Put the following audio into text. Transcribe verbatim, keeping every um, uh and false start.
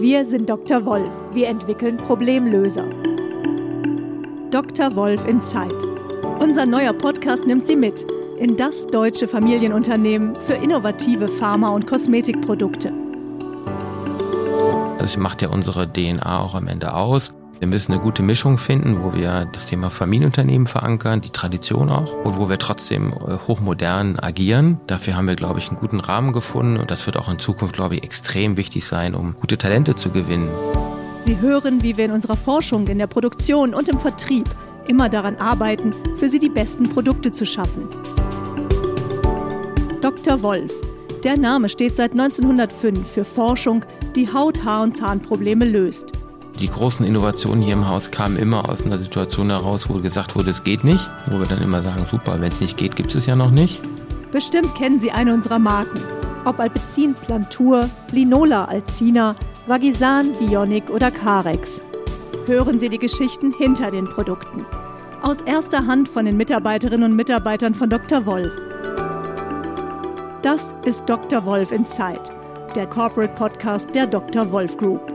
Wir sind Doktor Wolf. Wir entwickeln Problemlöser. Doktor Wolf Insight. Unser neuer Podcast nimmt Sie mit in das deutsche Familienunternehmen für innovative Pharma- und Kosmetikprodukte. Das macht ja unsere D N A auch am Ende aus. Wir müssen eine gute Mischung finden, wo wir das Thema Familienunternehmen verankern, die Tradition auch, und wo wir trotzdem hochmodern agieren. Dafür haben wir, glaube ich, einen guten Rahmen gefunden und das wird auch in Zukunft, glaube ich, extrem wichtig sein, um gute Talente zu gewinnen. Sie hören, wie wir in unserer Forschung, in der Produktion und im Vertrieb immer daran arbeiten, für Sie die besten Produkte zu schaffen. Doktor Wolf. Der Name steht seit neunzehnhundertfünf für Forschung, die Haut-, Haar- und Zahnprobleme löst. Die großen Innovationen hier im Haus kamen immer aus einer Situation heraus, wo gesagt wurde, es geht nicht. Wo wir dann immer sagen, super, wenn es nicht geht, gibt es ja noch nicht. Bestimmt kennen Sie eine unserer Marken. Ob Alpecin Plantur, Linola Alcina, Vagisan, Bionic oder Carex. Hören Sie die Geschichten hinter den Produkten. Aus erster Hand von den Mitarbeiterinnen und Mitarbeitern von Doktor Wolf. Das ist Doktor Wolf Insight, der Corporate Podcast der Doktor Wolf Group.